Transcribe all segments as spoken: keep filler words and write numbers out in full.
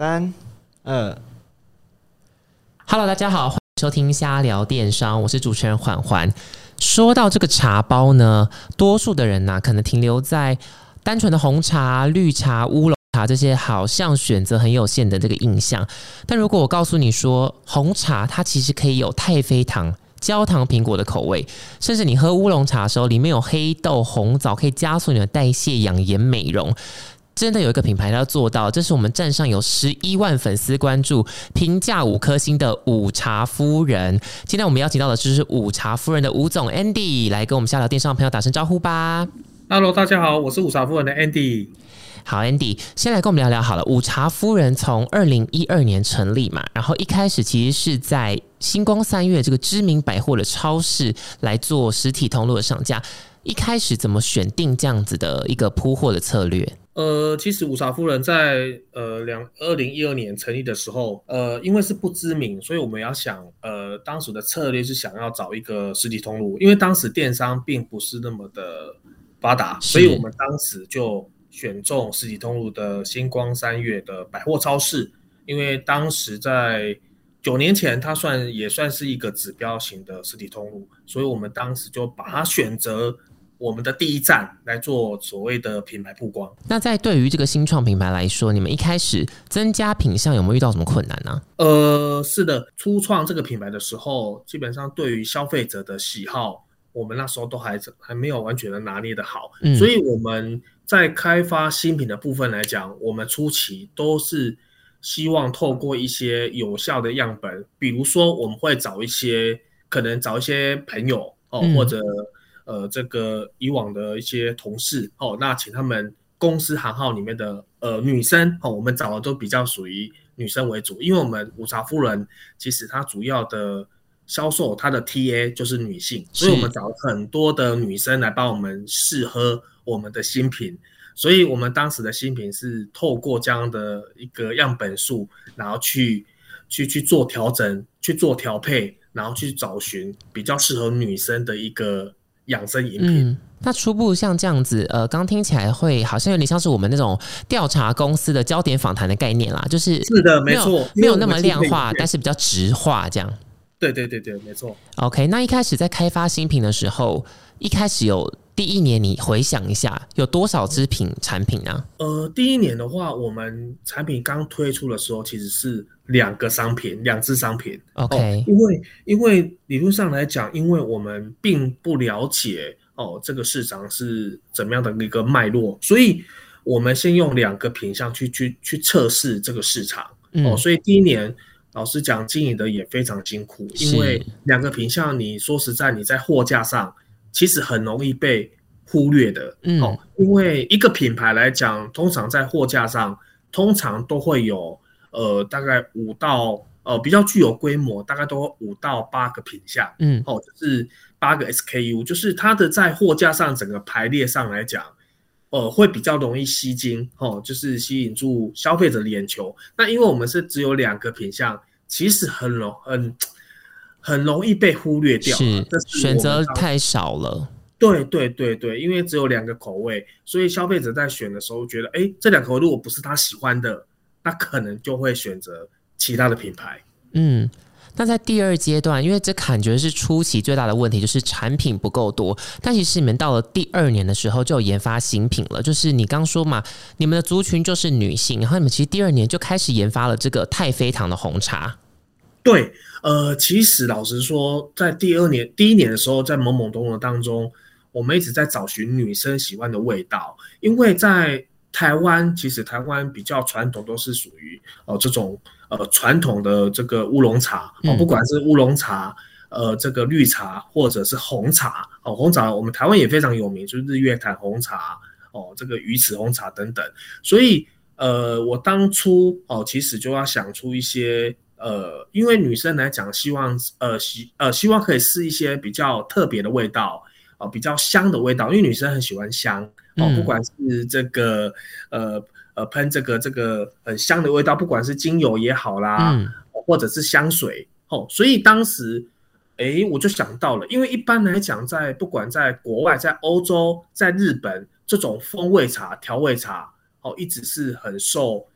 三二 ，Hello， 大家好，欢迎收听瞎聊电商，我是主持人缓缓。说到这个茶包呢，多数的人呢、啊、可能停留在单纯的红茶、绿茶、乌龙茶这些好像选择很有限的这个印象。但如果我告诉你说，红茶它其实可以有太妃糖、焦糖苹果的口味，甚至你喝乌龙茶的时候，里面有黑豆、红枣，可以加速你的代谢、养颜、美容。真的有一个品牌要做到，这是我们站上有十一万粉丝关注、评价五颗星的午茶夫人。今天我们邀请到的就是午茶夫人的吴总 Andy 来跟我们瞎聊电商的朋友打声招呼吧。 Hello， 大家好，我是午茶夫人的 Andy。 好 ，Andy， 先来跟我们聊聊好了。午茶夫人从二零一二年成立嘛，然后一开始其实是在星光三月这个知名百货的超市来做实体通路的上架。一开始怎么选定这样子的一个铺货的策略？ 呃，其实午茶夫人在呃两二零一二年成立的时候，呃，因为是不知名，所以我们要想，呃，当时的策略是想要找一个实体通路，因为当时电商并不是那么的发达，所以我们当时就选中实体通路的星光三月的百货超市，因为当时在九年前，它算也算是一个指标型的实体通路，所以我们当时就把它选择我们的第一站来做所谓的品牌曝光。 那在对于这个新创品牌来说，你们一开始增加品项有没有遇到什么困难呢、啊？ 呃，是的，初创这个品牌的时候，基本上对于消费者的喜好，我们那时候都还还没有完全的拿捏的好、嗯，所以我们在开发新品的部分来讲，我们初期都是希望透过一些有效的样本，比如说我们会找一些可能找一些朋友哦，嗯、或者呃这个以往的一些同事哦，那请他们公司行号里面的呃女生哦，我们找的都比较属于女生为主，因为我们午茶夫人其实它主要的销售它的 T A 就是女性，所以我们找很多的女生来帮我们试喝我们的新品。所以我们当时的新品是透过这样的一个样本数，然后去去去做调整，去做调配，然后去找寻比较适合女生的一个养生饮品。 嗯，那初步像这样子，呃，刚听起来会好像有点像是我们那种调查公司的焦点访谈的概念啦，就是是的，没错， 没有那么量化，但是比较直化这样。 对对对对，没错。 OK， 那一开始在开发新品的时候，一开始有第一年，你回想一下，有多少支品产品呢？ 呃，第一年的话，我们产品刚推出的时候，其实是两个商品，两支商品。 OK，、 哦、因为因为理论上来讲，因为我们并不了解哦这个市场是怎么样的一个脉络，所以我们先用两个品项去去去测试这个市场。嗯、哦，所以第一年。老实讲，经营的也非常辛苦，因为两个品项，你说实在，你在货架上其实很容易被忽略的。嗯，哦，因为一个品牌来讲，通常在货架上，通常都会有呃大概五到呃比较具有规模，大概都五到八个品项。嗯，哦，就是八个 S K U， 就是它的在货架上整个排列上来讲。呃，会比较容易吸睛，哦，就是吸引住消费者的眼球。那因为我们是只有两个品项，其实很容很很容易被忽略掉， 是选择太少了。 对对对对，因为只有两个口味，所以消费者在选的时候觉得，哎，这两个口味如果不是他喜欢的，那可能就会选择其他的品牌。 嗯。那在第二阶段，因为这感觉是初期最大的问题，就是产品不够多。但其实你们到了第二年的时候就有研发新品了，就是你刚说嘛，你们的族群就是女性，然后你们其实第二年就开始研发了这个太妃糖的红茶。 对，呃，其实老实说，在第二年、第一年的时候，在懵懵懂懂当中，我们一直在找寻女生喜欢的味道，因为在台湾，其实台湾比较传统都是属于呃这种呃传统的这个乌龙茶哦，不管是乌龙茶、呃这个绿茶或者是红茶哦，红茶我们台湾也非常有名，就是日月潭红茶哦，这个鱼池红茶等等。所以呃，我当初哦，其实就要想出一些呃，因为女生来讲，希望呃希呃希望可以试一些比较特别的味道。哦、比较香的味道，因为女生很喜欢香哦，不管是这个呃呃喷这个这个很香的味道，不管是精油也好啦，嗯、或者是香水哦，所以当时哎我就想到了，因为一般来讲，在不管在国外、在欧洲、在日本，这种风味茶、调味茶哦，一直是很受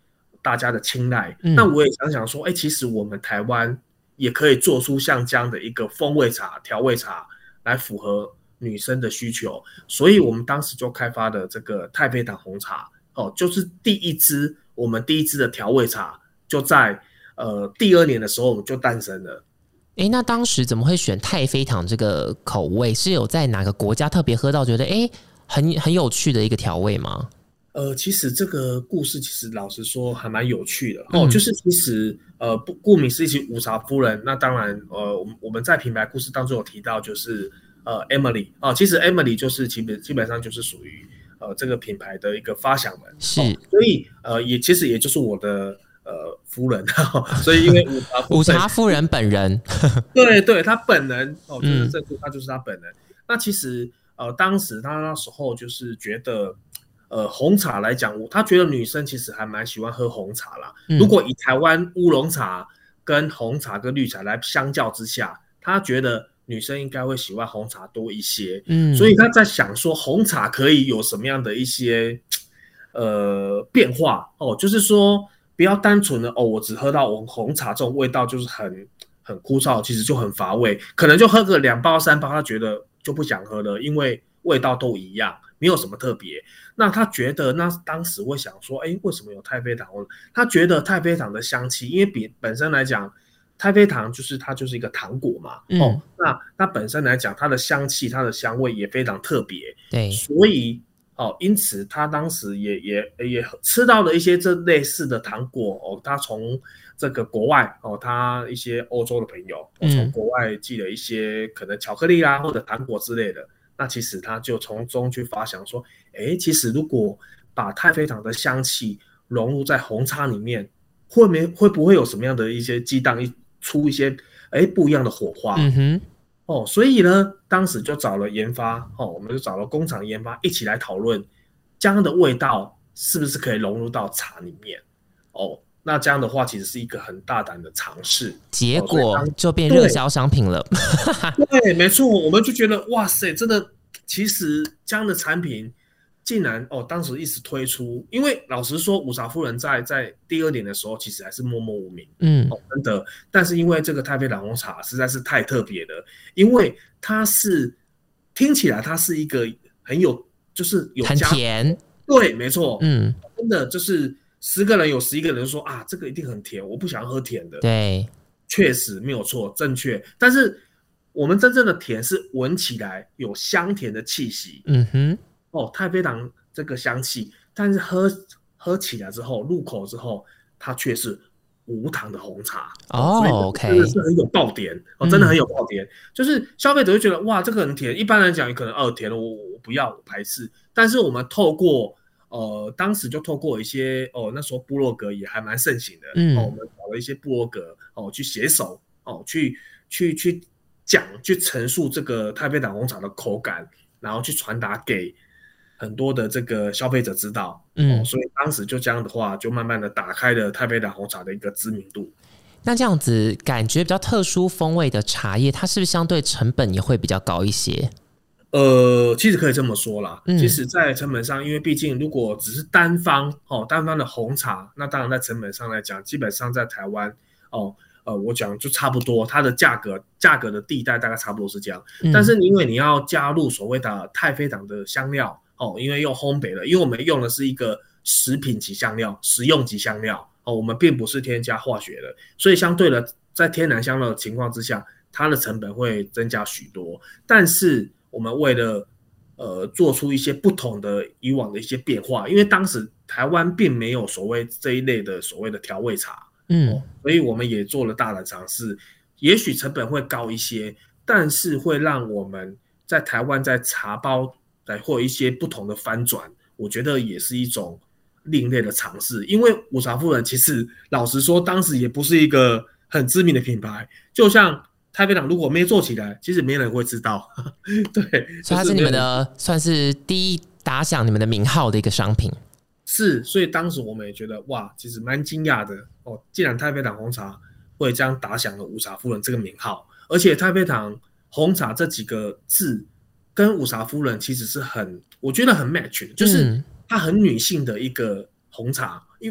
大家的青睐。 嗯、 那我也想想说，哎，其实我们台湾也可以做出像这样的一个风味茶、调味茶来符合女生的需求，所以我们当时就开发了这个太妃糖红茶，哦，就是第一支我们第一支的调味茶就在呃第二年的时候就诞生了。 诶，那当时怎么会选太妃糖这个口味？是有在哪个国家特别喝到觉得诶很很有趣的一个调味吗？ 呃，其实这个故事其实老实说还蛮有趣的、 嗯、 哦，就是其实呃不顾名思义，五茶夫人，那当然呃我们我们在品牌故事当中有提到就是呃 Emily 哦，其实 Emily 就是基本基本上就是属于呃这个品牌的一个发想人， 是， 哦、所以呃也其实也就是我的。呃，夫人，所以因为五茶夫人， 五茶夫人本人， 对对，他本人哦，就是这句，他就是他本人。嗯、那其实呃，当时他那时候就是觉得，呃，红茶来讲，他觉得女生其实还蛮喜欢喝红茶啦。嗯、如果以台湾乌龙茶跟红茶跟绿茶来相较之下，他觉得女生应该会喜欢红茶多一些。嗯，所以他在想说，红茶可以有什么样的一些呃变化哦，就是说。不要单纯的哦，我只喝到红茶这种味道就是很很枯燥，其实就很乏味，可能就喝个两包三包，他觉得就不想喝了，因为味道都一样，没有什么特别。那他觉得，那当时会想说，哎，为什么有太妃糖？他觉得太妃糖的香气，因为比本身来讲，太妃糖就是它就是一个糖果嘛，嗯、哦，那那本身来讲，它的香气、它的香味也非常特别， 对， 所以。哦，因此他当时也也也吃到了一些这类似的糖果哦，他从这个国外哦，他一些欧洲的朋友，哦、从国外寄了一些可能巧克力啦或者糖果之类的，那其实他就从中去发想说，哎，其实如果把太妃糖的香气融入在红茶里面，会没会不会有什么样的一些激荡，出一些哎不一样的火花？嗯哼。哦，所以呢，当时就找了研发，哦，我们就找了工厂研发一起来讨论，这样的味道是不是可以融入到茶里面？哦，那这样的话其实是一个很大胆的尝试， 结果就变热销商品了。 对，对没错，我们就觉得哇塞，真的，其实这样的产品竟然哦，当时一直推出，因为老实说，五茶夫人在在第二年的时候，其实还是默默无名，嗯，哦，真的。但是因为这个太妃糖红茶实在是太特别了，因为它是听起来它是一个很有，就是有很甜， 对，没错，嗯，真的就是十个人有十一个人说啊，这个一定很甜，我不想喝甜的， 对， 确实没有错，正确。但是我们真正的甜是闻起来有香甜的气息，嗯哼。哦，太妃糖这个香气，但是喝喝起来之后，入口之后，它却是无糖的红茶哦，所以 OK， 真的是很有爆点哦，真的很有爆点。嗯、就是消费者会觉得哇，这个很甜，一般来讲可能哦甜了，我我不要，我排斥。但是我们透过呃，当时就透过一些哦，那时候部落格也还蛮盛行的，嗯、哦，我们找了一些部落格哦去写手哦，去去去讲，去陈述这个太妃糖红茶的口感，然后去传达给。很多的这个消费者知道，嗯、哦，所以当时就这样的话，就慢慢的打开了太妃糖红茶的一个知名度。 那这样子感觉比较特殊风味的茶叶，它是不是相对成本也会比较高一些？ 呃，其实可以这么说啦。嗯、其实，在成本上，因为毕竟如果只是单方哦单方的红茶，那当然在成本上来讲，基本上在台湾哦。呃，我讲就差不多，它的价格价格的地带大概差不多是这样。嗯、但是因为你要加入所谓的太妃糖的香料哦，因为用烘焙了，因为我们用的是一个食品级香料、食用级香料哦，我们并不是添加化学的，所以相对的，在天然香料的情况之下，它的成本会增加许多。但是我们为了呃做出一些不同的以往的一些变化，因为当时台湾并没有所谓这一类的所谓的调味茶。嗯、哦，所以我们也做了大胆尝试，也许成本会高一些，但是会让我们在台湾在茶包来或一些不同的翻转，我觉得也是一种另类的尝试。因为五茶夫人其实老实说，当时也不是一个很知名的品牌，就像太妃糖如果没做起来，其实没人会知道。对， 所以它是你们的算是第一打响你们的名号的一个商品。 是，所以当时我们也觉得哇，其实蛮惊讶的哦。既然太妃糖红茶会这样打响了五茶夫人这个名号，而且太妃糖红茶这几个字跟五茶夫人其实是很，我觉得很 match 的，就是它很女性的一个红茶。因为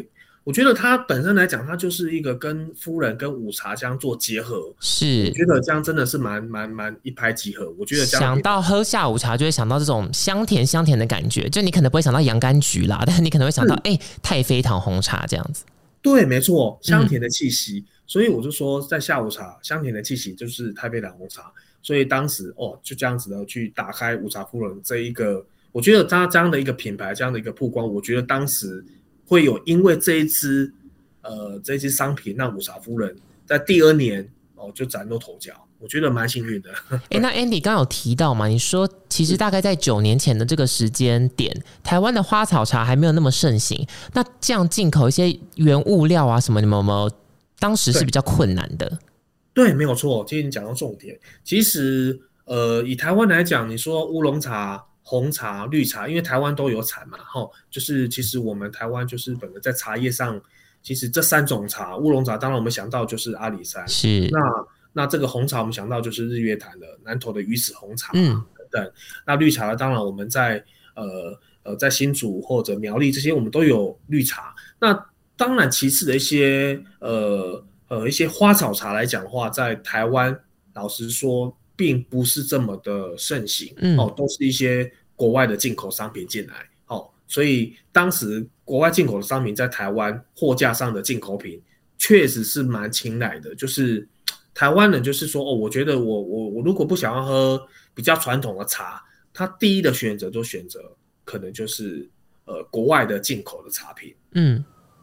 我觉得它本身来讲，它就是一个跟夫人跟午茶这样做结合， 是， 我觉得这样真的是蛮蛮蛮一拍即合。我觉得这样想到喝下午茶就会想到这种香甜香甜的感觉，就你可能不会想到洋甘菊啦，但是你可能会想到哎、欸、太妃糖红茶这样子。 对，没错，香甜的气息。嗯，所以我就说，在下午茶香甜的气息就是太妃糖红茶，所以当时哦就这样子的去打开午茶夫人这一个，我觉得它这样的一个品牌，这样的一个曝光，我觉得当时会有因为这一支呃这一支商品让午茶夫人在第二年哦就崭露头角，我觉得蛮幸运的。 哎，那 Andy 刚刚有提到嘛，你说其实大概在九年前的这个时间点，台湾的花草茶还没有那么盛行，那这样进口一些原物料啊什么，你们有没有当时是比较困难的？ 对，没有错。其实你讲到重点，其实呃，以台湾来讲，你说乌龙茶、红茶、绿茶，因为台湾都有产嘛，齁，就是其实我们台湾就是本来在茶叶上，其实这三种茶，乌龙茶当然我们想到就是阿里山， 是那那这个红茶我们想到就是日月潭的南投的鱼子红茶， 嗯， 等等。那绿茶当然我们在呃呃在新竹或者苗栗这些我们都有绿茶。那当然其次的一些呃。呃，一些花草茶来讲的话，在台湾老实说，并不是这么的盛行，嗯，哦，都是一些国外的进口商品进来，哦，所以当时国外进口的商品在台湾货架上的进口品，确实是蛮青睐的。就是台湾人就是说，哦，我觉得我我我如果不想要喝比较传统的茶，他第一的选择就选择可能就是呃国外的进口的茶品，嗯。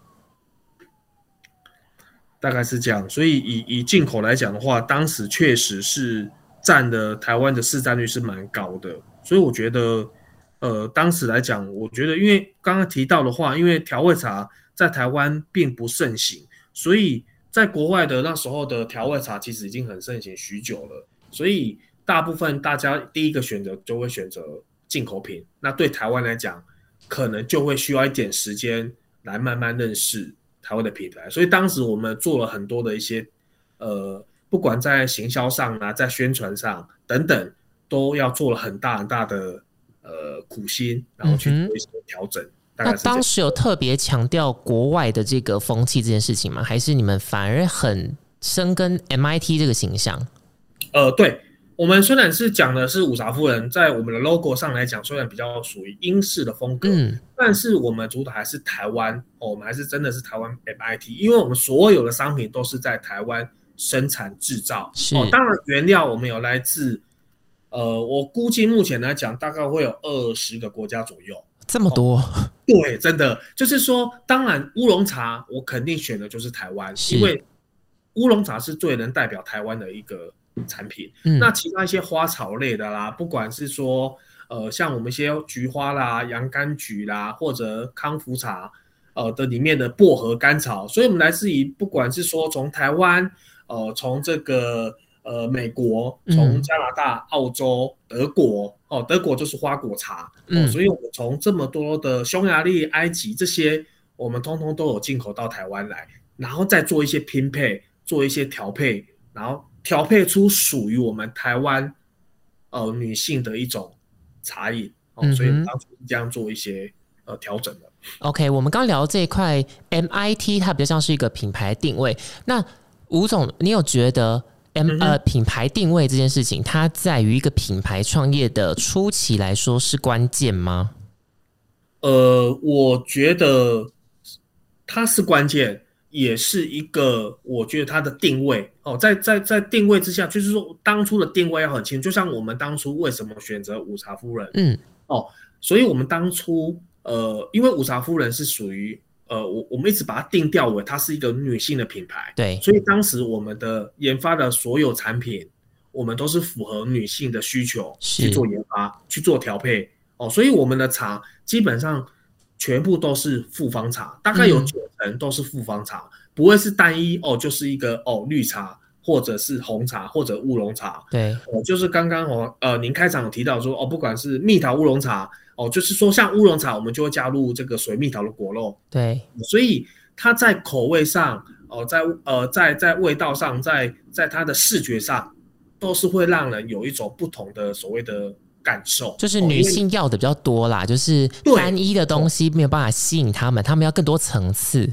大概是这样，所以以以进口来讲的话，当时确实是占的台湾的市占率是蛮高的，所以我觉得，呃，当时来讲，我觉得因为刚刚提到的话，因为调味茶在台湾并不盛行，所以在国外的那时候的调味茶其实已经很盛行许久了，所以大部分大家第一个选择就会选择进口品，那对台湾来讲，可能就会需要一点时间来慢慢认识台湾的品牌，所以当时我们做了很多的一些，呃，不管在行销上啊，在宣传上等等，都要做了很大很大的呃苦心，然后去做一些调整。嗯、大概是这样。 那当时有特别强调国外的这个风气这件事情吗？还是你们反而很深耕 M I T 这个形象？ 呃，对。我们虽然是讲的是午茶夫人，在我们的 logo 上来讲，虽然比较属于英式的风格，嗯，但是我们主打还是台湾、哦，我们还是真的是台湾 M I T， 因为我们所有的商品都是在台湾生产制造，是哦，当然原料我们有来自，呃，我估计目前来讲大概会有二十个国家左右， 这么多、 哦，对，真的就是说，当然乌龙茶我肯定选的就是台湾，因为乌龙茶是最能代表台湾的一个产品，嗯，那其他一些花草类的啦，不管是说呃像我们一些菊花啦、洋甘菊啦，或者康福茶呃的里面的薄荷甘草，所以我们来自于不管是说从台湾呃从这个呃美国，从加拿大、澳洲、德国哦，德国就是花果茶，哦，所以我们从这么多的匈牙利、埃及这些，我们通通都有进口到台湾来，然后再做一些拼配，做一些调配，然后调配出属于我们台湾呃女性的一种茶饮，哦，所以我们当初是这样做一些呃调整的。 OK， 我们刚聊这一块 M I T， 它比较像是一个品牌定位。那吴总，你有觉得 M、嗯、呃品牌定位这件事情，它在于一个品牌创业的初期来说是关键吗？ 呃，我觉得它是关键。也是一个，我觉得它的定位哦，在在在定位之下，就是说当初的定位要很清楚。就像我们当初为什么选择午茶夫人，嗯，哦，所以我们当初呃，因为午茶夫人是属于呃，我我们一直把它定调为它是一个女性的品牌， 对， 所以当时我们的研发的所有产品，我们都是符合女性的需求去做研发、去做调配哦，所以我们的茶基本上全部都是复方茶，大概有九成都是复方茶，嗯、不会是单一哦，就是一个哦绿茶或者是红茶或者乌龙茶。 对， 哦，就是刚刚哦呃您开场有提到说哦，不管是蜜桃乌龙茶哦，就是说像乌龙茶，我们就会加入这个水蜜桃的果肉。 对， 所以它在口味上哦，在呃在在味道上，在在它的视觉上，都是会让人有一种不同的所谓的感受， 就是女性要的比较多啦，就是单一的东西没有办法吸引他们，他们要更多层次。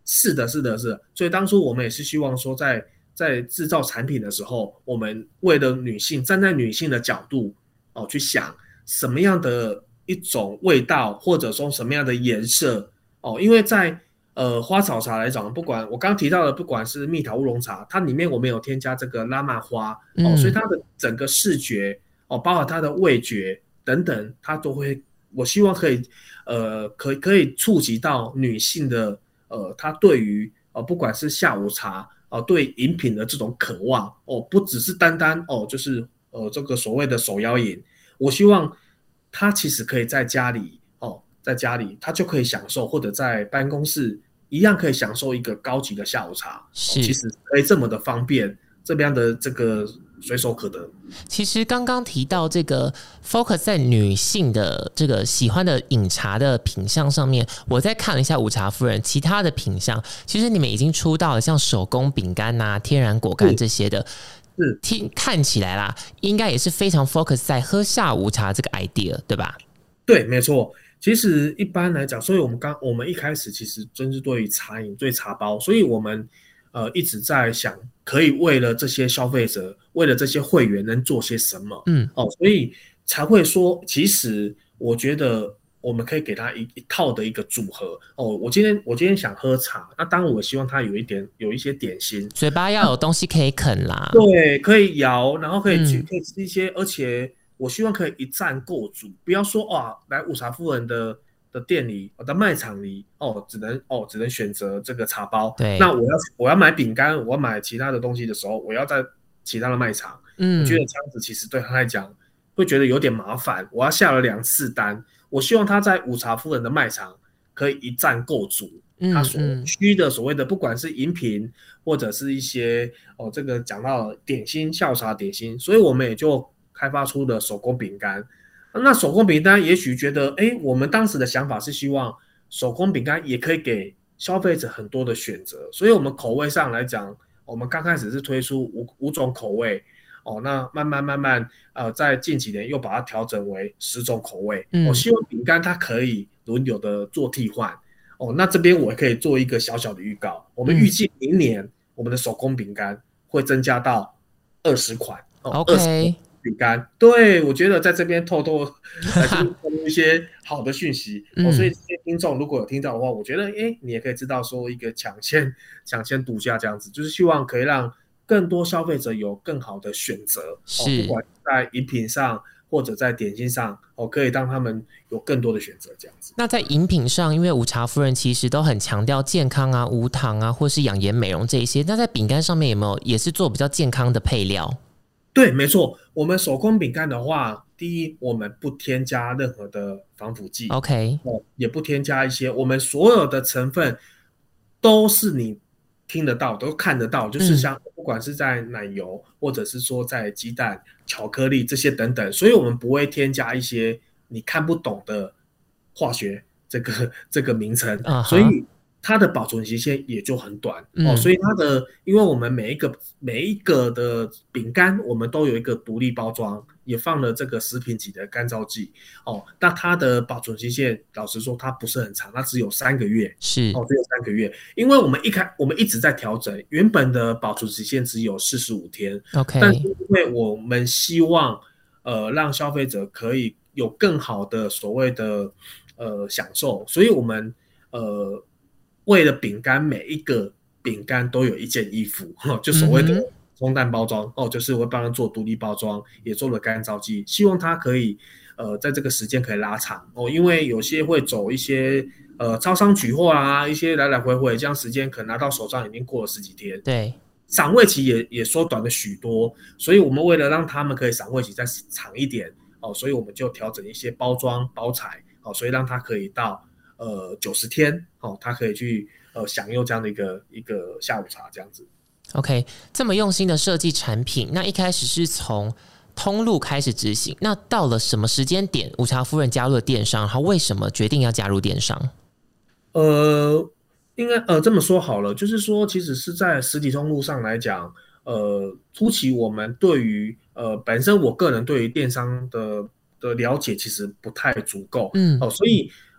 是的，是的，是的。所以当初我们也是希望说在，在制造产品的时候，我们为了女性，站在女性的角度哦去想什么样的一种味道，或者说什么样的颜色哦，因为在呃花草茶来讲，不管我刚刚提到的，不管是蜜桃乌龙茶，它里面我们有添加这个拉曼花哦， 嗯， 所以它的整个视觉哦，包括它的味觉等等，它都会，我希望可以呃可可以触及到女性的。呃，他对于呃不管是下午茶呃对饮品的这种渴望哦，不只是单单哦就是呃这个所谓的手摇饮，我希望他其实可以在家里哦，在家里他就可以享受，或者在办公室一样可以享受一个高级的下午茶， 是、 哦、其实可以这么的方便，这边的这个随手可得。 其实刚刚提到这个 focus 在女性的这个喜欢的饮茶的品项上面，我再看了一下五茶夫人其他的品项，其实你们已经出到了像手工饼干啊、天然果干这些的， 是听看起来啦，应该也是非常 focus 在喝下午茶这个 idea， 对吧？ 对，没错。其实一般来讲，所以我们刚我们一开始其实真是对于茶饮、对茶包，所以我们呃一直在想，可以为了这些消费者，为了这些会员能做些什么， 嗯， 哦，所以才会说，其实我觉得我们可以给他一一套的一个组合。哦，我今天我今天想喝茶，那当然我希望它有一点有一些点心， 嘴巴要有东西可以啃啦， 对，可以摇，然后可以去、 嗯、 可以吃一些，而且我希望可以一站购足，不要说哇，来五茶夫人的的店里，我的卖场里，哦，只能哦只能选择这个茶包。 对， 那我要我要买饼干，我要买其他的东西的时候，我要在其他的卖场。 嗯， 我觉得这样子其实对他来讲会觉得有点麻烦。我要下了两次单，我希望他在五茶夫人的卖场可以一站购足。他所需的所谓的不管是饮品或者是一些哦，这个讲到点心、下午茶点心，所以我们也就开发出了手工饼干。那手工饼干也许觉得，哎，我们当时的想法是希望手工饼干也可以给消费者很多的选择，所以我们口味上来讲，我们刚开始是推出五五种口味。哦，那慢慢慢慢，呃，在近几年又把它调整为十种口味。我、嗯哦、希望饼干它可以轮流的做替换。哦，那这边我可以做一个小小的预告，我们预计明年我们的手工饼干会增加到二十款。 哦 OK， 饼干，对，我觉得在这边透透来透露一些好的讯息。哦，所以这些听众如果有听到的话，我觉得，哎，你也可以知道说一个抢先抢先独家这样子，就是希望可以让更多消费者有更好的选择，哦，不管在饮品上或者在点心上，哦，可以让他们有更多的选择这样子。 那在饮品上，因为五茶夫人其实都很强调健康啊、无糖啊，或是养颜美容这一些，那在饼干上面有没有也是做比较健康的配料？ 对，没错，我们手工饼干的话，第一，我们不添加任何的防腐剂 ，OK， 哦，也不添加一些，我们所有的成分都是你听得到，都看得到，就是像不管是在奶油，嗯、或者是说在鸡蛋、巧克力这些等等，所以我们不会添加一些你看不懂的化学这个这个名称， uh-huh. 所以它的保存期限也就很短、嗯、哦。所以它的，因为我们每一个每一个的饼干，我们都有一个独立包装，也放了这个食品级的干燥剂哦。那它的保存期限，老实说，它不是很长，它只有三个月， 是哦，只有三个月。因为我们一开，我们一直在调整，原本的保存期限只有四十五天 ，OK， 但是因为我们希望呃让消费者可以有更好的所谓的呃享受，所以我们呃。为了饼干，每一个饼干都有一件衣服，就所谓的中蛋包装、嗯、哦，就是我会帮他做独立包装，也做了干燥剂，希望它可以呃在这个时间可以拉长哦，因为有些会走一些呃超商取货啊，一些来来回回，这样时间可能拿到手上已经过了十几天， 对， 赏味期也也缩短了许多，所以我们为了让他们可以赏味期再长一点哦，所以我们就调整一些包装包材哦，所以让它可以到。呃，九十天，哦，他可以去呃享用这样的一个一个下午茶这样子。 OK， 这么用心的设计产品，那一开始是从通路开始执行，那到了什么时间点，五茶夫人加入了电商，她为什么决定要加入电商？ 呃，应该呃这么说好了，就是说，其实是在实体通路上来讲，呃，初期我们对于呃本身我个人对于电商的的了解其实不太足够， 嗯， 哦，所以。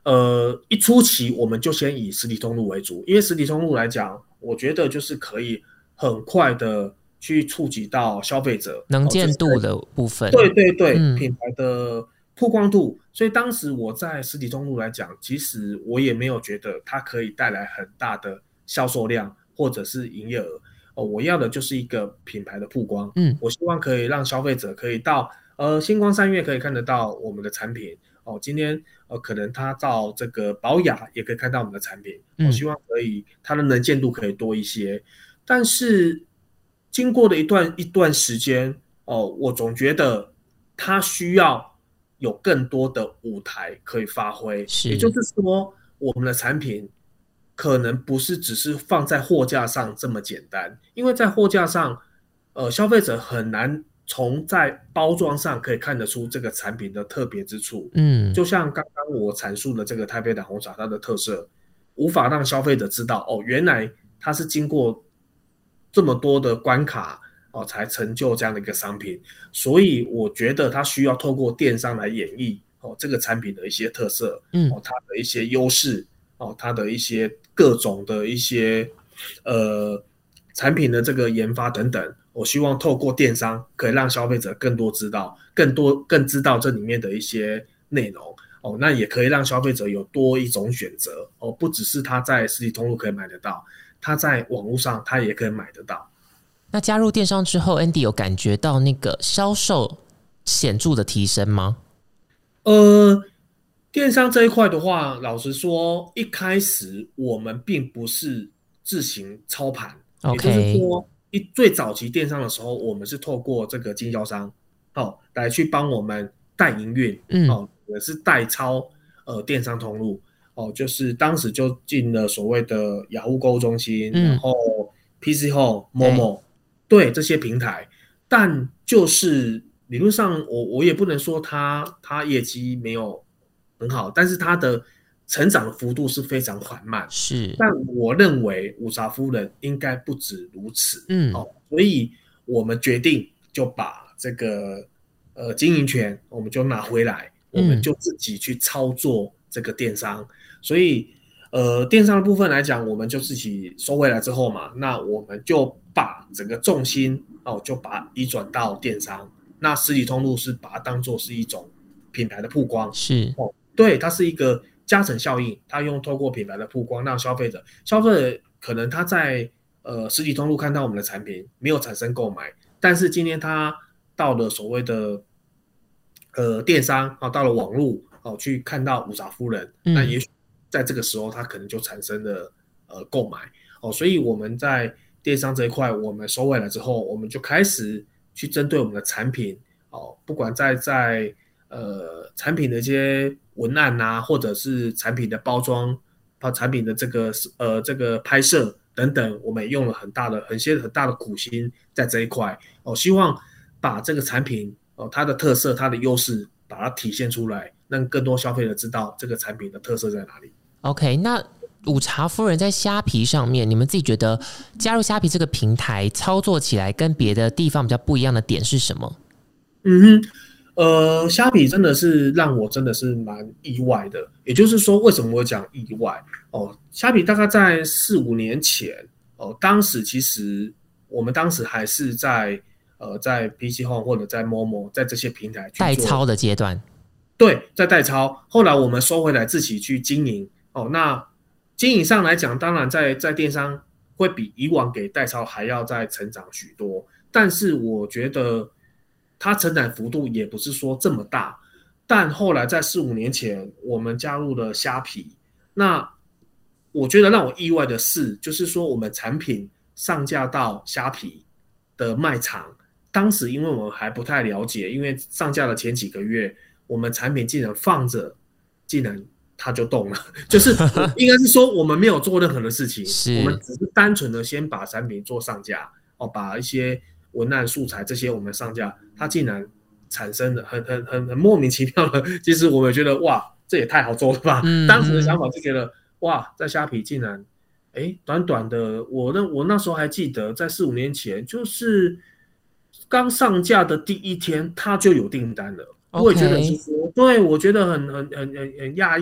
呃，一初期我们就先以实体通路为主，因为实体通路来讲，我觉得就是可以很快的去触及到消费者能见度的部分。 哦就是、对对对、 嗯， 品牌的曝光度。所以当时我在实体通路来讲，其实我也没有觉得它可以带来很大的销售量或者是营业额。哦，我要的就是一个品牌的曝光。 嗯， 我希望可以让消费者可以到呃星光三月可以看得到我们的产品。哦，今天呃可能他到这个宝雅也可以看到我们的产品。我希望可以它的能见度可以多一些。但是经过了一段一段时间，哦，我总觉得它需要有更多的舞台可以发挥。也就是说，我们的产品可能不是只是放在货架上这么简单，因为在货架上，呃，消费者很难从在包装上可以看得出这个产品的特别之处。 嗯， 就像刚刚我阐述的这个太妃奶红茶，它的特色无法让消费者知道，哦，原来它是经过这么多的关卡哦才成就这样的一个商品。所以我觉得它需要透过电商来演绎哦这个产品的一些特色， 嗯， 哦它的一些优势。哦，它的一些各种的一些呃产品的这个研发等等，我希望透过电商可以让消费者更多知道，更多更知道这里面的一些内容。哦，那也可以让消费者有多一种选择。哦，不只是他在实体通路可以买得到，他在网络上他也可以买得到。 那加入电商之后 ，Andy 有感觉到那个销售显著的提升吗？ 呃。电商这一块的话，老实说，一开始我们并不是自行操盘， okay. 也就是说，一最早期电商的时候，我们是透过这个经销商，哦，来去帮我们代营运， 嗯， 哦，也是代操呃电商通路，哦，就是当时就进了所谓的雅虎购物中心，嗯、然后 P C Home、Momo， 对这些平台，但就是理论上我我也不能说它它业绩没有很好，但是它的成长的幅度是非常缓慢。 是， 但我认为五茶夫人应该不止如此。 嗯， 哦，所以我们决定就把这个呃经营权我们就拿回来，我们就自己去操作这个电商。嗯、所以呃电商的部分来讲，我们就自己收回来之后嘛，那我们就把整个重心哦就把它移转到电商。那实体通路是把它当作是一种品牌的曝光， 是哦。对，它是一个加成效应，它用透过品牌的曝光，让消费者，消费者可能他在呃实体通路看到我们的产品，没有产生购买，但是今天他到了所谓的呃电商啊，到了网络哦，去看到五茶夫人， 嗯、 那也许在这个时候他可能就产生了呃购买哦，所以我们在电商这一块，我们收回来之后，我们就开始去针对我们的产品哦，不管在在呃产品的一些文案啊，或者是产品的包装，产品的这个呃这个拍摄等等，我们也用了很大的很些很大的苦心在这一块哦，希望把这个产品哦它的特色、它的优势，把它体现出来，让更多消费者知道这个产品的特色在哪里。 OK， 那五茶夫人在虾皮上面，你们自己觉得加入虾皮这个平台操作起来跟别的地方比较不一样的点是什么？ 嗯哼。呃，虾皮真的是让我真的是蛮意外的，也就是说，为什么我讲意外哦？虾皮大概在四五年前哦，当时其实我们当时还是在呃在 P C Home 或者在 Momo 在这些平台去做代操的阶段， 对，在代操。后来我们收回来自己去经营哦。那经营上来讲，当然在在电商会比以往给代操还要再成长许多，但是我觉得它成长幅度也不是说这么大，但后来在四五年前，我们加入了虾皮。那我觉得让我意外的是，就是说我们产品上架到虾皮的卖场，当时因为我们还不太了解，因为上架的前几个月，我们产品竟然放着，竟然它就动了，就是应该是说我们没有做任何的事情，我们只是单纯的先把产品做上架，哦，把一些文案素材这些我们上架，它竟然产生了很很很很莫名其妙的，其实我们觉得哇，这也太好做了吧！嗯、当时的想法就觉得哇，在虾皮竟然，哎，短短的，我那我那时候还记得，在四五年前，就是刚上架的第一天，它就有订单了。Okay. 我也觉得是说，对我觉得很很很很很讶异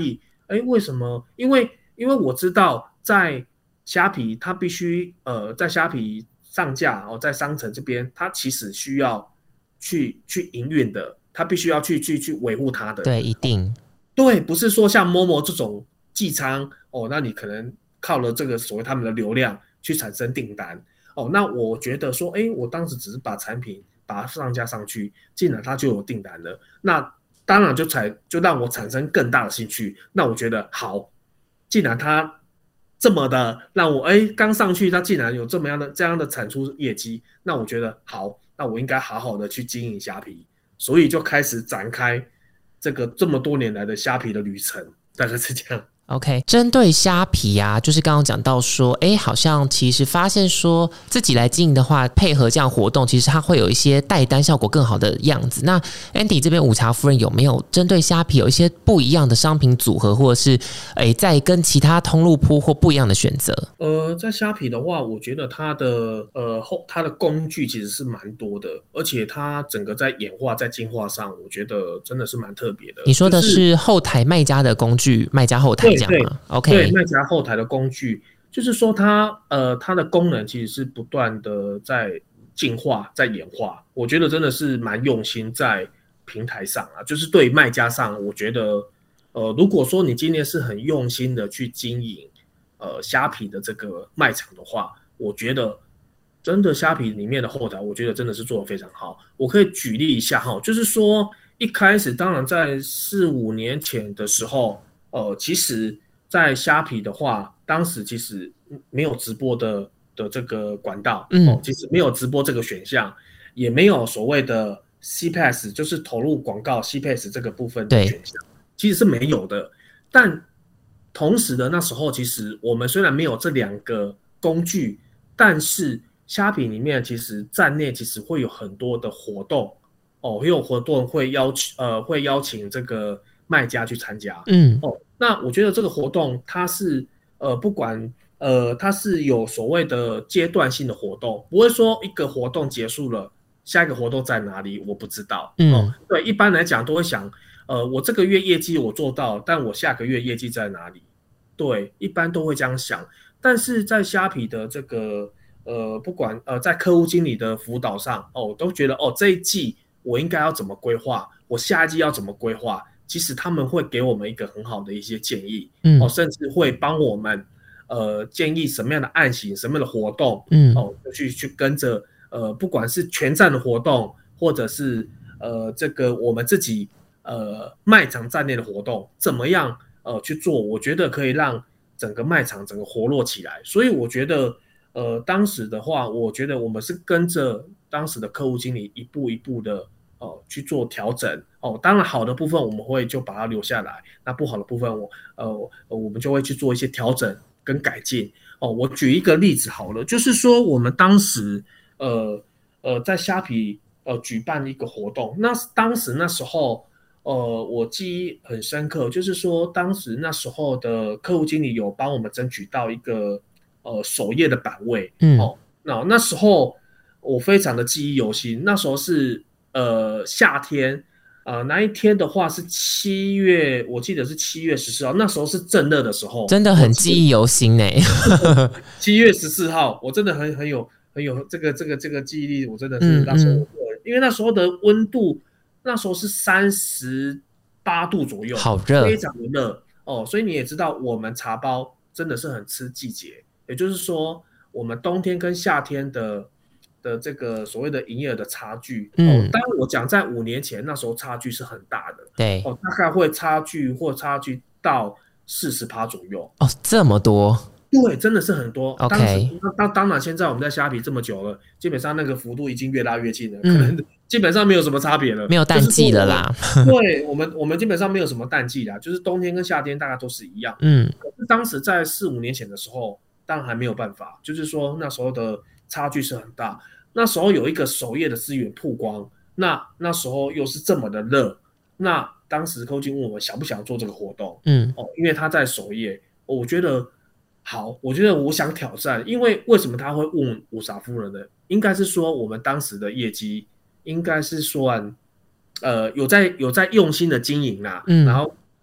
哎，为什么？因为因为我知道在虾皮它必须呃在虾皮上架哦，在商城这边它其实需要去去营运的，它必须要去去去维护它的。 对，一定。 对，不是说像 Momo 这种寄仓哦，那你可能靠了这个所谓他们的流量去产生订单哦。那我觉得说，哎，我当时只是把产品把它上架上去，进来它就有订单了。那当然就才就让我产生更大的兴趣。那我觉得好，既然它这么的让我哎刚上去，它竟然有这么样的这样的产出业绩，那我觉得好，那我应该好好的去经营虾皮，所以就开始展开这个这么多年来的虾皮的旅程，大概是这样。 OK， 针对虾皮啊，就是刚刚讲到说，哎，好像其实发现说自己来经营的话，配合这样活动，其实它会有一些带单效果更好的样子。那 Andy 这边午茶夫人有没有针对虾皮有一些不一样的商品组合，或者是哎在跟其他通路铺或不一样的选择？ 呃，在虾皮的话，我觉得它的呃后它的工具其实是蛮多的，而且它整个在演化在进化上，我觉得真的是蛮特别的。 你说的是后台卖家的工具，卖家后台这样吗 ？OK， 对，卖家后台的工具，就是说它呃它的功能其实是不断的在进化在演化，我觉得真的是蛮用心在平台上啊，就是对卖家上，我觉得呃如果说你今天是很用心的去经营呃虾皮的这个卖场的话，我觉得真的虾皮里面的后台，我觉得真的是做得非常好。我可以举例一下哈，就是说一开始当然在四五年前的时候，呃其实在虾皮的话，当时其实没有直播的的这个管道， 嗯、 哦，其实没有直播这个选项，也没有所谓的 C P A S， 就是投入广告 C P A S 这个部分的选项，其实是没有的。但同时的那时候，其实我们虽然没有这两个工具，但是虾皮里面其实站内其实会有很多的活动哦，会有活动会邀请呃会邀请这个卖家去参加， 嗯哦，那我觉得这个活动它是呃不管呃它是有所谓的阶段性的活动，不会说一个活动结束了，下一个活动在哪里我不知道， 嗯， 哦，对，一般来讲都会想，呃，我这个月业绩我做到，但我下个月业绩在哪里？对，一般都会这样想。但是在虾皮的这个呃，不管呃，在客户经理的辅导上，哦，都觉得哦，这一季我应该要怎么规划，我下一季要怎么规划，其实他们会给我们一个很好的一些建议， 嗯， 哦，甚至会帮我们呃建议什么样的案型、什么样的活动， 嗯， 哦，去去跟着呃，不管是全站的活动，或者是呃这个我们自己呃卖场站内的活动，怎么样呃去做？我觉得可以让整个卖场整个活络起来。所以我觉得呃当时的话，我觉得我们是跟着当时的客户经理一步一步的哦去做调整哦。当然好的部分我们会就把它留下来，那不好的部分我呃我们就会去做一些调整跟改进哦。我举一个例子好了，就是说我们当时呃呃在虾皮呃举办一个活动，那当时那时候呃我记忆很深刻，就是说当时那时候的客户经理有帮我们争取到一个呃首页的版位， 嗯， 哦，那那时候我非常的记忆犹新，那时候是呃夏天。呃，那一天的话是七月，我记得是七月十四号，那时候是正热的时候， 真的很记忆犹新呢。 七月十四号，我真的很很有很有这个这个这个记忆力，我真的是那时候，嗯嗯、因为那时候的温度，那时候是三十八度左右， 好热， 非常的热哦，所以你也知道，我们茶包真的是很吃季节，也就是说，我们冬天跟夏天的。的这个所谓的营业额的差距，嗯、哦，当然我讲在五年前那时候差距是很大的， 对， 哦，大概会差距或差距到四十趴左右， 哦，这么多， 对，真的是很多。 OK， 当时当当然现在我们在虾皮这么久了，基本上那个幅度已经越拉越近了，嗯、可能基本上没有什么差别了， 没有淡季了啦。 就是、对我们我们基本上没有什么淡季啦，就是冬天跟夏天大概都是一样。 嗯， 可是当时在四五年前的时候，当然还没有办法，就是说那时候的差距是很大。那时候有一个首页的资源曝光，那那时候又是这么的热，那当时客户问我们想不想做这个活动， 嗯， 哦，因为他在首页，我觉得好，我觉得我想挑战，因为为什么他会问五傻夫人呢？应该是说我们当时的业绩应该是算，呃，有在有在用心的经营啦，嗯，然后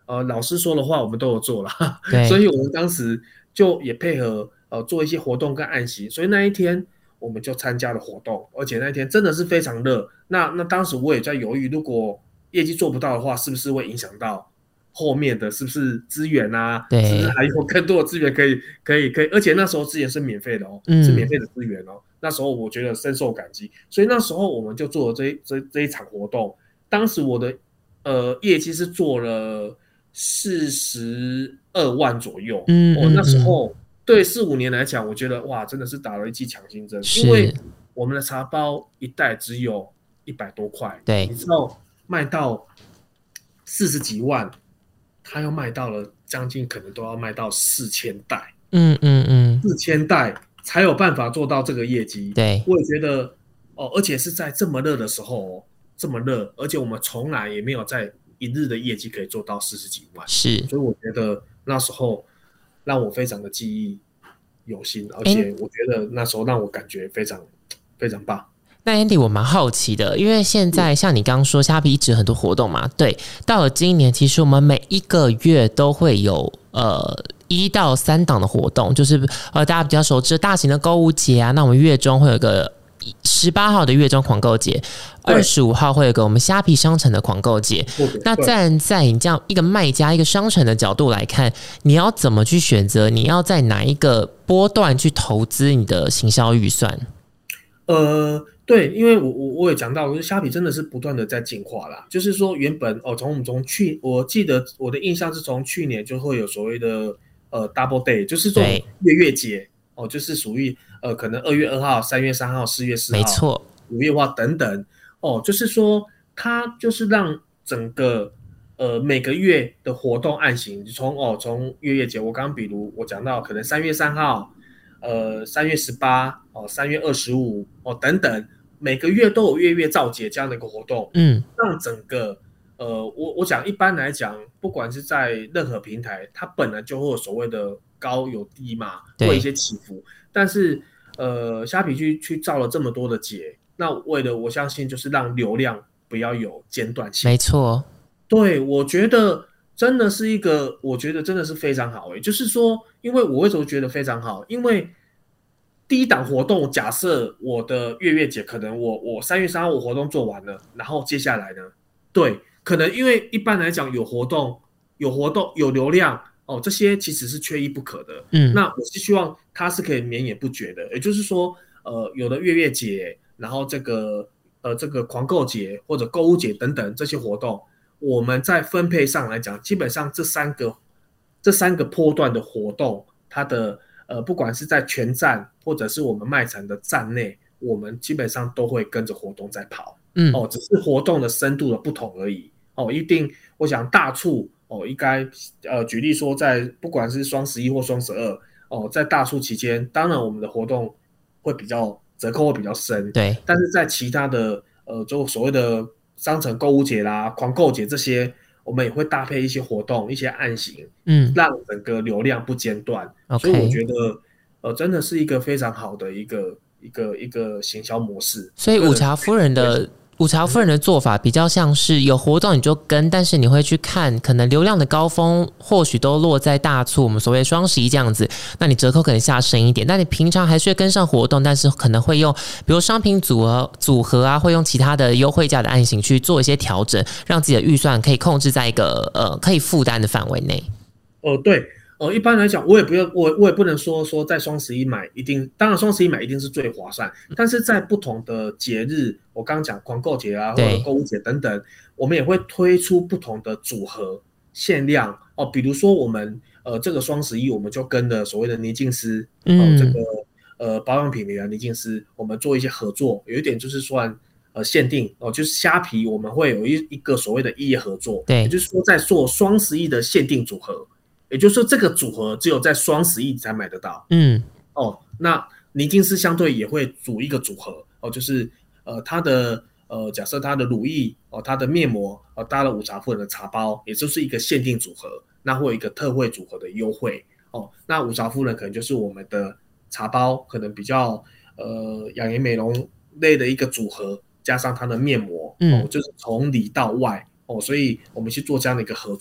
呃老师说的话我们都有做了， 对， 所以我们当时就也配合呃做一些活动跟案型，所以那一天我们就参加了活动，而且那一天真的是非常热。那那当时我也在犹豫，如果业绩做不到的话，是不是会影响到后面的是不是资源啊？是不是对， 还有更多的资源可以可以可以？而且那时候资源是免费的哦，是免嗯， 费的资源哦。那时候我觉得深受感激，所以那时候我们就做了这一这这一场活动。当时我的呃业绩是做了四十二万左右嗯哦。那时嗯嗯， 候对四五年来讲，我觉得哇，真的是打了一剂强心针，因是， 为我们的茶包一袋只有一百多块， 对， 你知道卖到四十几万，他要卖到了将近可能都要卖到四千袋， 嗯嗯嗯， 四千袋才有办法做到这个业绩。 对， 我也觉得哦，而且是在这么热的时候哦，这么热，而且我们从来也没有在一日的业绩可以做到四十几万， 是， 所以我觉得那时候让我非常的记忆犹新，而哎， 且我觉得那时候让我感觉非常非常棒。 那 Andy 我蛮好奇的，因为现在像你刚刚说，虾皮一直很多活动嘛，对，到了今年，其实我们每一个月都会有呃一到三档的活动，就是呃大家比较熟知的大型的购物节啊，那我们月中会有个十八号的月中狂购节，二十五号会有个我们虾皮商城的狂购节。那站在你这样一个卖家、一个商城的角度来看，你要怎么去选择？你要在哪一个波段去投资你的行销预算？ 呃，对，因为我我我也讲到，就是虾皮真的是不断的在进化啦。就是说，原本哦，从我们从去，我记得我的印象是从去年就会有所谓的呃 double day，就是这种月月节哦，就是属于呃可能二月二号、三月三号、四月四号、 没错， 五月花等等哦，就是说它就是让整个呃每个月的活动案型，从哦从月月节，我刚刚比如我讲到可能三月三号。呃，三月十八哦，三月二十五哦，等等，每个月都有月月造节这样的一个活动， 嗯， 让整个呃，我我讲一般来讲，不管是在任何平台，它本来就会有所谓的高有低嘛，会有一些起伏，但是呃，虾皮去去造了这么多的节，那为了我相信就是让流量不要有间断性， 没错， 对，我觉得。真的是一个，我觉得真的是非常好诶。就是说，因为我为什么觉得非常好？因为第一档活动，假设我的月月节可能我我三月三号我活动做完了，然后接下来呢，对，可能因为一般来讲有活动、有活动、有流量哦，这些其实是缺一不可的。 嗯， 那我是希望它是可以绵延不绝的，也就是说，呃，有的月月节，然后这个呃这个狂购节或者购物节等等这些活动。我们在分配上来讲，基本上这三个这三个波段的活动，它的呃不管是在全站或者是我们卖场的站内，我们基本上都会跟着活动在跑， 嗯， 哦，只是活动的深度的不同而已，哦，一定我想大促哦，应该呃举例说在不管是双十一或双十二哦，在大促期间，当然我们的活动会比较折扣会比较深， 对， 但是在其他的呃就所谓的商城购物节啦、狂购节这些，我们也会搭配一些活动、一些案型， 嗯， 让整个流量不间断。 OK， 所以我觉得，呃，真的是一个非常好的一个一个一个行销模式。 所以午茶夫人的午茶夫人的做法比较像是有活动你就跟，但是你会去看可能流量的高峰或许都落在大促，我们所谓双十一这样子，那你折扣可能下深一点，但你平常还是会跟上活动，但是可能会用比如商品组合组合啊，会用其他的优惠价的案型去做一些调整，让自己的预算可以控制在一个呃可以负担的范围内。 哦、呃，对。呃，一般来讲，我也不要，我我也不能说说在双十一买一定，当然双十一买一定是最划算，但是在不同的节日，我刚刚讲狂购节啊，或者购物节等等，我们也会推出不同的组合限量哦，比如说我们呃这个双十一我们就跟了所谓的倪净思哦、呃、这个呃保养品的倪净思，我们做一些合作，有一点就是算呃限定哦、呃，就是虾皮我们会有一一个所谓的异业合作， 对， 也就是说在做双十一的限定组合。也就是说，这个组合只有在双十一才买得到。 嗯， 哦，那倪净思相对也会组一个组合哦，就是呃，它的呃，假设它的乳液哦，它的面膜哦，搭了午茶夫人的茶包，也就是一个限定组合，那会有一个特惠组合的优惠哦。那午茶夫人可能就是我们的茶包，可能比较呃养颜美容类的一个组合，加上它的面膜哦，就是从里到外哦，所以我们去做这样的一个合作。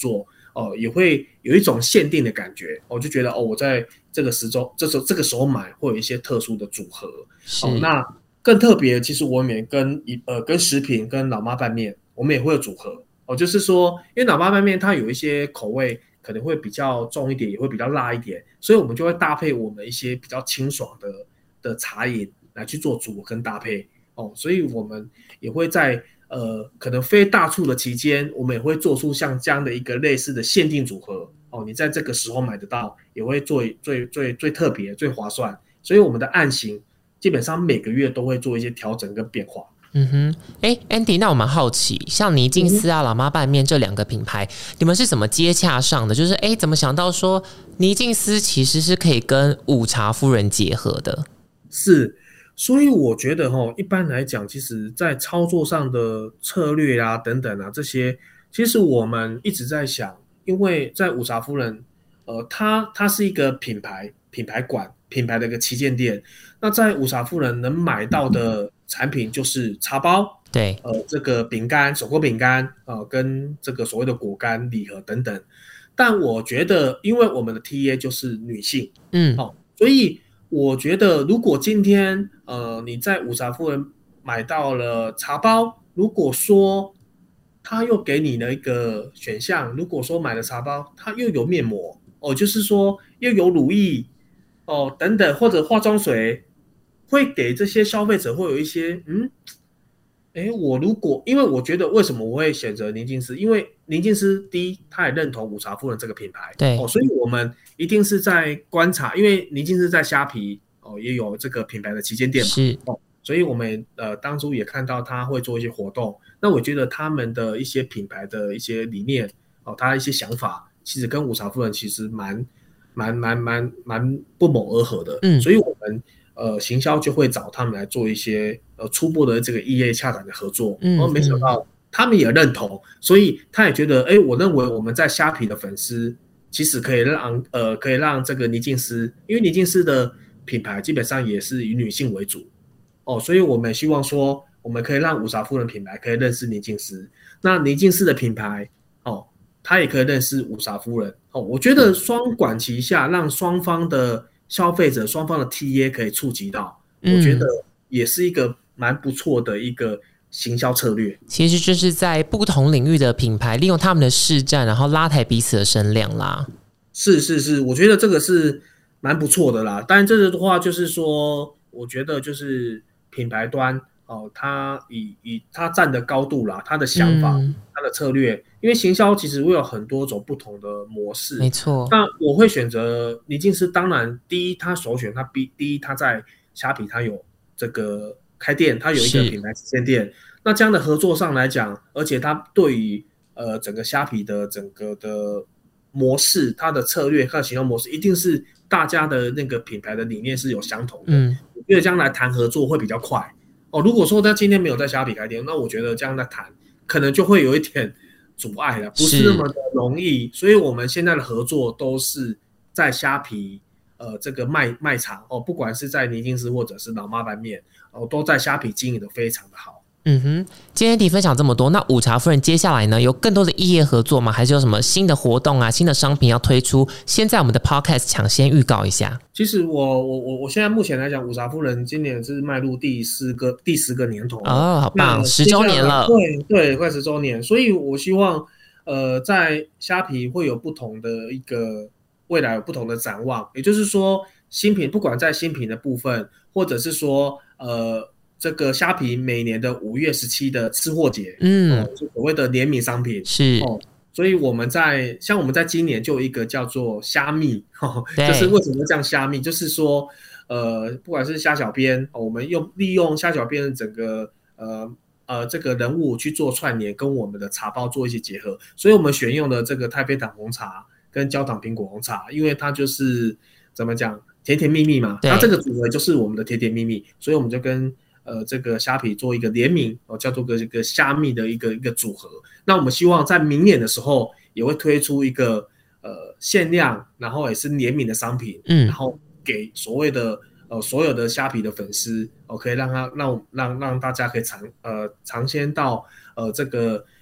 哦、呃，也会有一种限定的感觉，我、哦、就觉得哦，我在这个时周这时候这个时候买会有一些特殊的组合哦。那更特别，其实我们也跟呃跟食品跟老妈拌面，我们也会有组合哦，就是说，因为老妈拌面它有一些口味可能会比较重一点，也会比较辣一点，所以我们就会搭配我们一些比较清爽的的茶饮来去做组合跟搭配哦，所以我们也会在呃可能非大促的期间，我们也会做出像这样的一个类似的限定组合哦，你在这个时候买得到，也会最最最最特别、最划算，所以我们的案型基本上每个月都会做一些调整跟变化。 嗯哼，哎 ，Andy， 那我蛮好奇，像倪静思啊、老妈拌面这两个品牌，你们是怎么接洽上的？就是哎，怎么想到说倪静思其实是可以跟午茶夫人结合的？ 是，所以我觉得哈，一般来讲，其实在操作上的策略啊、等等啊这些，其实我们一直在想，因为在午茶夫人，呃，它它是一个品牌、品牌馆、品牌的一个旗舰店，那在午茶夫人能买到的产品就是茶包， 对， 呃，这个饼干、手工饼干，呃，跟这个所谓的果干礼盒等等。但我觉得，因为我们的 T A 就是女性， 嗯， 哦，所以我觉得，如果今天呃你在午茶夫人买到了茶包，如果说他又给你了一个选项，如果说买了茶包，它又有面膜哦，就是说又有乳液哦等等，或者化妆水。会给这些消费者会有一些嗯，哎，我如果因为我觉得为什么我会选择宁静思，因为宁静思第一，他也认同午茶夫人这个品牌， 对， 哦，所以我们一定是在观察，因为宁静思在虾皮哦也有这个品牌的旗舰店嘛， 是哦，所以我们呃当初也看到他会做一些活动，那我觉得他们的一些品牌的一些理念哦，他一些想法，其实跟午茶夫人其实蛮蛮蛮蛮蛮不谋而合的， 嗯， 所以我们。呃，行销就会找他们来做一些呃初步的这个异业洽谈的合作， 嗯， 然后没想到他们也认同，所以他也觉得，哎，我认为我们在虾皮的粉丝其实可以让呃可以让这个倪静思，因为倪静思的品牌基本上也是以女性为主哦，所以我们希望说，我们可以让午茶夫人品牌可以认识倪静思，那倪静思的品牌哦，他也可以认识午茶夫人哦，我觉得双管齐下，让双方的。消费者双方的 T A 可以触及到， 嗯、 我觉得也是一个蛮不错的一个行销策略。 其实就是在不同领域的品牌利用他们的市占，然后拉抬彼此的声量啦。 是是是，我觉得这个是蛮不错的啦。当然，这个的话就是说，我觉得就是品牌端哦，它以以它站的高度啦，它的想法、嗯、它的策略，因为行销其实会有很多种不同的模式。 没错。 那我会选择倪静思，当然第一，他首选他第一，他在虾皮他有这个开店，他有一个品牌旗舰店。那这样的合作上来讲，而且他对于呃整个虾皮的整个的模式，它的策略和行销模式，一定是大家的那个品牌的理念是有相同的。嗯，我觉得这样来谈合作会比较快。哦，如果说他今天没有在虾皮开店，那我觉得这样来谈可能就会有一点阻碍了，不是那么的容易。所以我们现在的合作都是在虾皮呃这个卖卖场哦，不管是在倪静思或者是老妈拌面哦，都在虾皮经营的非常的好。 嗯哼，今天你分享这么多，那午茶夫人接下来呢有更多的异业合作吗？还是有什么新的活动啊、新的商品要推出？先在我们的 podcast 抢先预告一下。 其实我我我我现在目前来讲，午茶夫人今年是迈入第十个第十个年头哦，好棒，十周年了， 对对，快十周年，所以我希望呃在虾皮会有不同的一个未来有不同的展望，也就是说新品不管在新品的部分，或者是说呃。这个虾皮每年的五月十七的吃货节，嗯，哦，所谓的联名商品是哦，所以我们在像我们在今年就有一个叫做虾蜜，哦，就是为什么这样虾蜜，就是说呃，不管是虾小编，哦，我们用利用虾小编的整个呃呃这个人物去做串联，跟我们的茶包做一些结合，所以我们选用了这个太妃糖红茶跟焦糖苹果红茶，因为它就是怎么讲甜甜蜜蜜嘛，它这个组合就是我们的甜甜蜜蜜，所以我们就跟呃，这个虾皮做一个联名哦，叫做个这个虾蜜的一个一个组合。那我们希望在明年的时候也会推出一个呃限量，然后也是联名的商品，嗯，然后给所谓的呃所有的虾皮的粉丝哦，可以让他让让让大家可以尝呃尝鲜到呃这个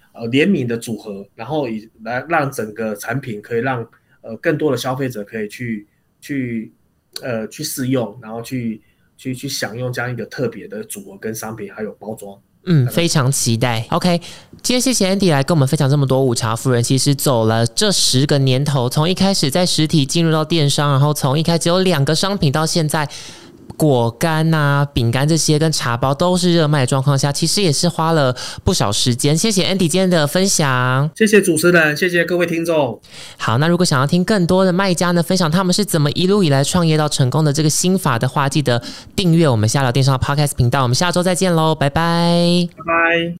呃联名的组合，然后以来让整个产品可以让呃更多的消费者可以去去呃去试用，然后去去去享用这样一个特别的组合跟商品还有包装。 嗯，非常期待。OK， 今天谢谢 Andy 来跟我们分享这么多。午茶夫人其实走了这十个年头，从一开始在实体进入到电商，然后从一开始有两个商品到现在。果干啊、饼干这些跟茶包都是热卖的状况下，其实也是花了不少时间。谢谢 Andy 今天的分享， 谢谢主持人，谢谢各位听众。 好，那如果想要听更多的卖家呢，分享他们是怎么一路以来创业到成功的这个心法的话，记得订阅我们下聊电商的 Podcast 频道。我们下周再见喽，拜拜， 拜拜。